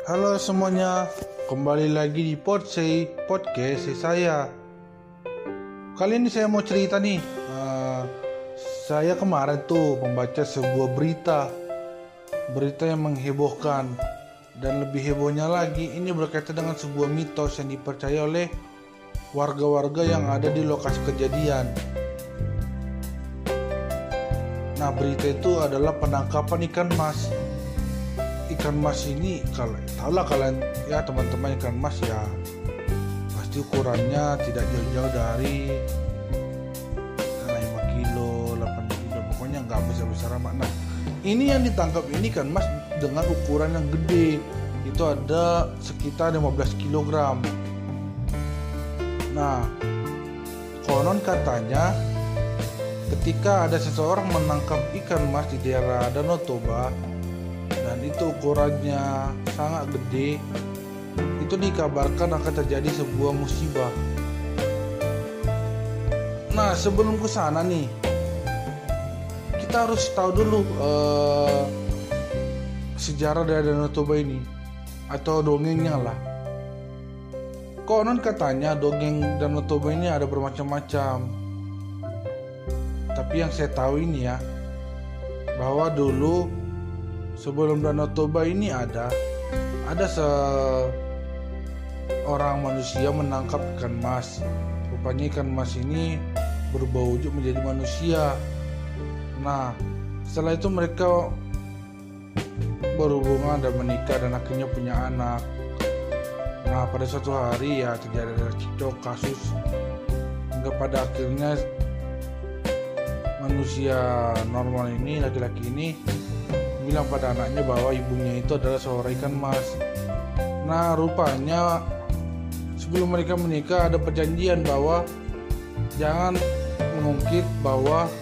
Halo semuanya, kembali lagi di podcast saya. Kali ini saya mau cerita nih. Saya kemarin tuh membaca sebuah berita yang menghebohkan, dan lebih hebohnya lagi ini berkaitan dengan sebuah mitos yang dipercaya oleh warga-warga yang ada di lokasi kejadian. Nah, berita itu adalah penangkapan ikan mas. Ikan mas ini, kalau tahulah kalian ya teman-teman, ikan mas ya pasti ukurannya tidak jauh-jauh dari 5 kilo, 8 kilo, pokoknya nggak besar-besar amat. Nah, ini yang ditangkap ini ikan mas dengan ukuran yang gede, itu ada sekitar 15 kilogram. Nah, konon katanya ketika ada seseorang menangkap ikan mas di daerah Danau Toba dan itu ukurannya sangat gede, itu dikabarkan akan terjadi sebuah musibah. Nah, sebelum ke sana nih, kita harus tahu dulu sejarah dari Danau Toba ini, atau dongengnya lah. Konon katanya dongeng Danau Toba ini ada bermacam-macam, tapi yang saya tahu ini ya, bahwa dulu sebelum Danau Toba ini ada seorang manusia menangkap ikan mas. Rupanya ikan mas ini berubah wujud menjadi manusia. Nah, setelah itu mereka berhubungan dan menikah dan akhirnya punya anak. Nah, pada suatu hari ya terjadi cekcok kasus hingga pada akhirnya manusia normal ini, laki-laki ini bilang pada anaknya bahwa ibunya itu adalah seorang ikan mas. Nah, rupanya sebelum mereka menikah ada perjanjian bahwa jangan mengungkit bahwa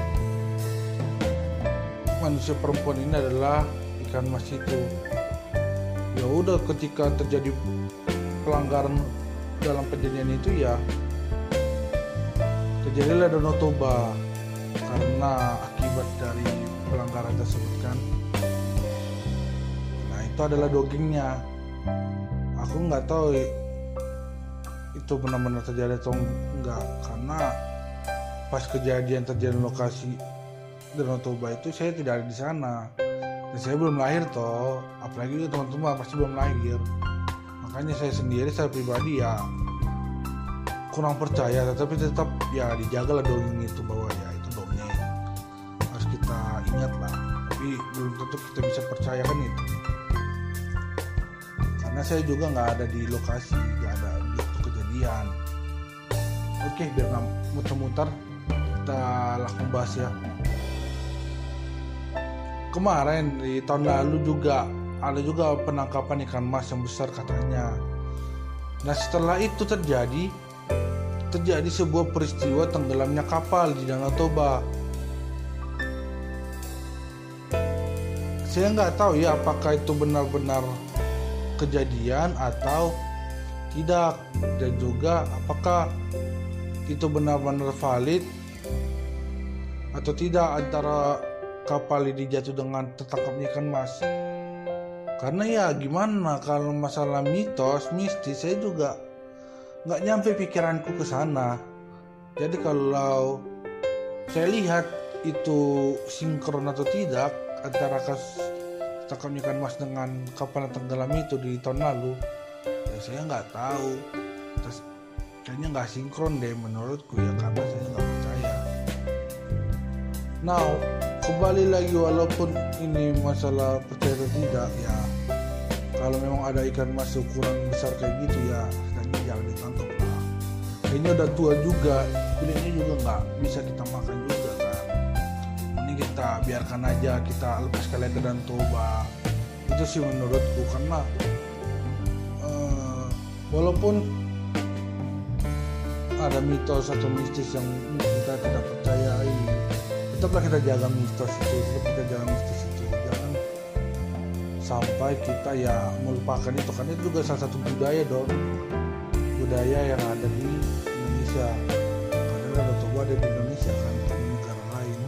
manusia perempuan ini adalah ikan mas itu. Ya udah, ketika terjadi pelanggaran dalam perjanjian itu ya terjadilah Danau Toba karena akibat dari pelanggaran tersebut kan. Nah, itu adalah dongengnya. Aku nggak tahu itu benar-benar terjadi atau enggak, karena pas kejadian terjadi lokasi Danau Toba itu saya tidak ada di sana dan saya belum lahir toh, apalagi teman-teman pasti belum lahir. Makanya saya sendiri, saya pribadi ya kurang percaya, tetapi tetap ya dijagalah dongeng itu, bahwa ya itu dongeng, harus kita ingat lah, tapi belum tentu kita bisa percaya kan itu, karena saya juga nggak ada di lokasi, nggak ada di waktu kejadian. Oke, biar nggak muter-muter, kita langsung bahas ya. Kemarin di tahun lalu juga ada juga penangkapan ikan mas yang besar katanya. Nah, setelah itu terjadi sebuah peristiwa tenggelamnya kapal di Danau Toba. Saya nggak tahu ya apakah itu benar-benar kejadian atau tidak, dan juga apakah itu benar-benar valid atau tidak antara kapal ini jatuh dengan tertangkapnya ikan mas. Karena ya gimana, kalau masalah mitos mistis saya juga nggak nyampe pikiranku ke sana. Jadi kalau saya lihat itu sinkron atau tidak antara kasus tangkapnya ikan mas dengan kapal yang tenggelam itu di tahun lalu, ya saya nggak tahu. Terus kayaknya nggak sinkron deh menurutku ya, karena saya nggak percaya. Nah, kembali lagi, walaupun ini masalah percaya atau tidak ya, kalau memang ada ikan mas ukuran besar kayak gitu ya setidaknya jangan ditangkap lah. Kayaknya udah tua juga, kulitnya juga nggak bisa kita makan juga kan. Mending kita biarkan aja, kita lepas kalian ke Danau Toba. Itu sih menurutku, karena walaupun ada mitos atau mistis yang kita tidak percayai, tetaplah kita jaga mitos itu, jangan sampai kita ya melupakan itu, karena itu juga salah satu budaya yang ada di Indonesia, karena Danau Toba ada di Indonesia kan, bukan di negara lain.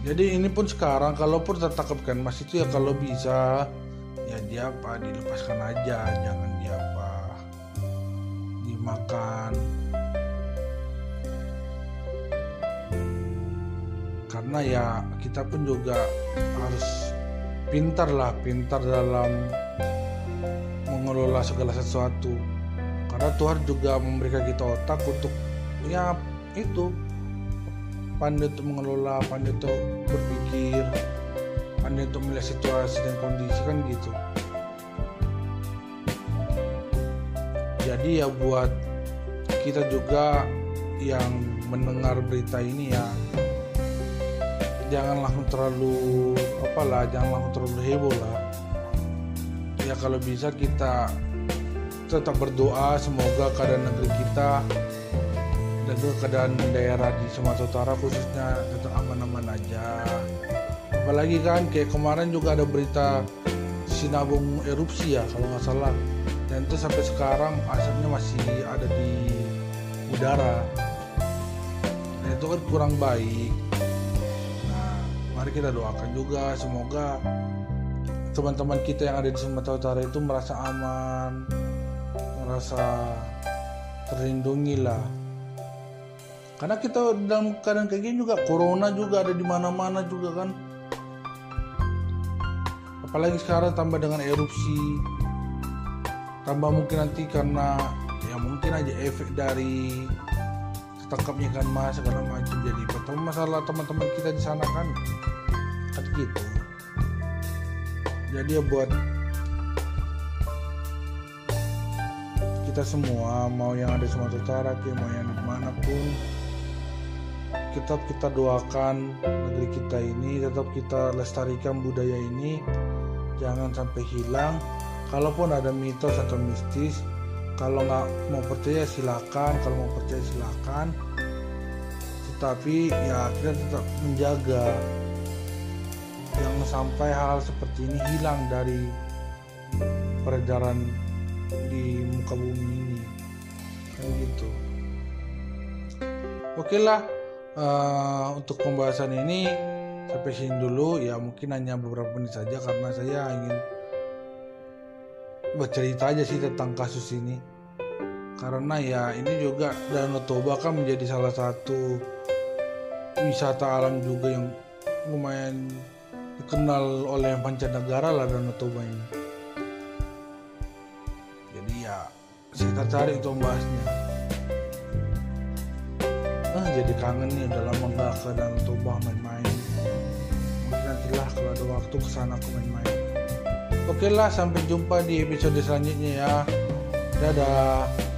Jadi ini pun sekarang kalaupun tertangkap ikan mas itu ya kalau bisa ya dia dilepaskan aja, jangan dimakan. Karena ya kita pun juga harus pintar dalam mengelola segala sesuatu. Karena Tuhan juga memberikan kita otak untuk ya itu, pandai untuk mengelola, pandai untuk berpikir, pandai untuk melihat situasi dan kondisi kan gitu. Jadi ya buat kita juga yang mendengar berita ini ya jangan langsung terlalu heboh lah. Ya kalau bisa kita tetap berdoa semoga keadaan negeri kita dan juga keadaan daerah di Sumatera Utara khususnya tetap aman-aman aja. Apalagi kan kayak kemarin juga ada berita Sinabung erupsi ya kalau nggak salah, dan itu sampai sekarang asapnya masih ada di udara. Nah itu kan kurang baik. Nah mari kita doakan juga semoga teman-teman kita yang ada di Sumatera Utara itu merasa aman, merasa terlindungi lah. Karena kita dalam keadaan kayak gini juga, corona juga ada di mana-mana juga kan. Apalagi sekarang tambah dengan erupsi, tambah mungkin nanti karena ya mungkin aja efek dari tertangkapnya ikan mas segala macam. Jadi pertama masalah teman-teman kita di sana kan gitu. Jadi ya buat kita semua, mau yang ada di Sumatera Utara, mau yang dimanapun, tetap kita doakan negeri kita ini, tetap kita lestarikan budaya ini, jangan sampai hilang. Kalaupun ada mitos atau mistis, kalau nggak mau percaya silakan, kalau mau percaya silakan, tetapi ya kita tetap menjaga jangan sampai hal seperti ini hilang dari peredaran di muka bumi ini kan gitu. Oke lah, untuk pembahasan ini sampai sini dulu ya, mungkin hanya beberapa menit saja karena saya ingin bercerita aja sih tentang kasus ini. Karena ya ini juga Danau Toba kan menjadi salah satu wisata alam juga yang lumayan dikenal oleh mancanegara lah Danau Toba ini. Jadi ya saya tertarik untuk membahasnya. Jadi kangen nih, udah lama gak ke Danau Toba main-main. Mungkin nantilah kalau ada waktu kesana aku main-main. Oke lah, sampai jumpa di episode selanjutnya ya. Dadah.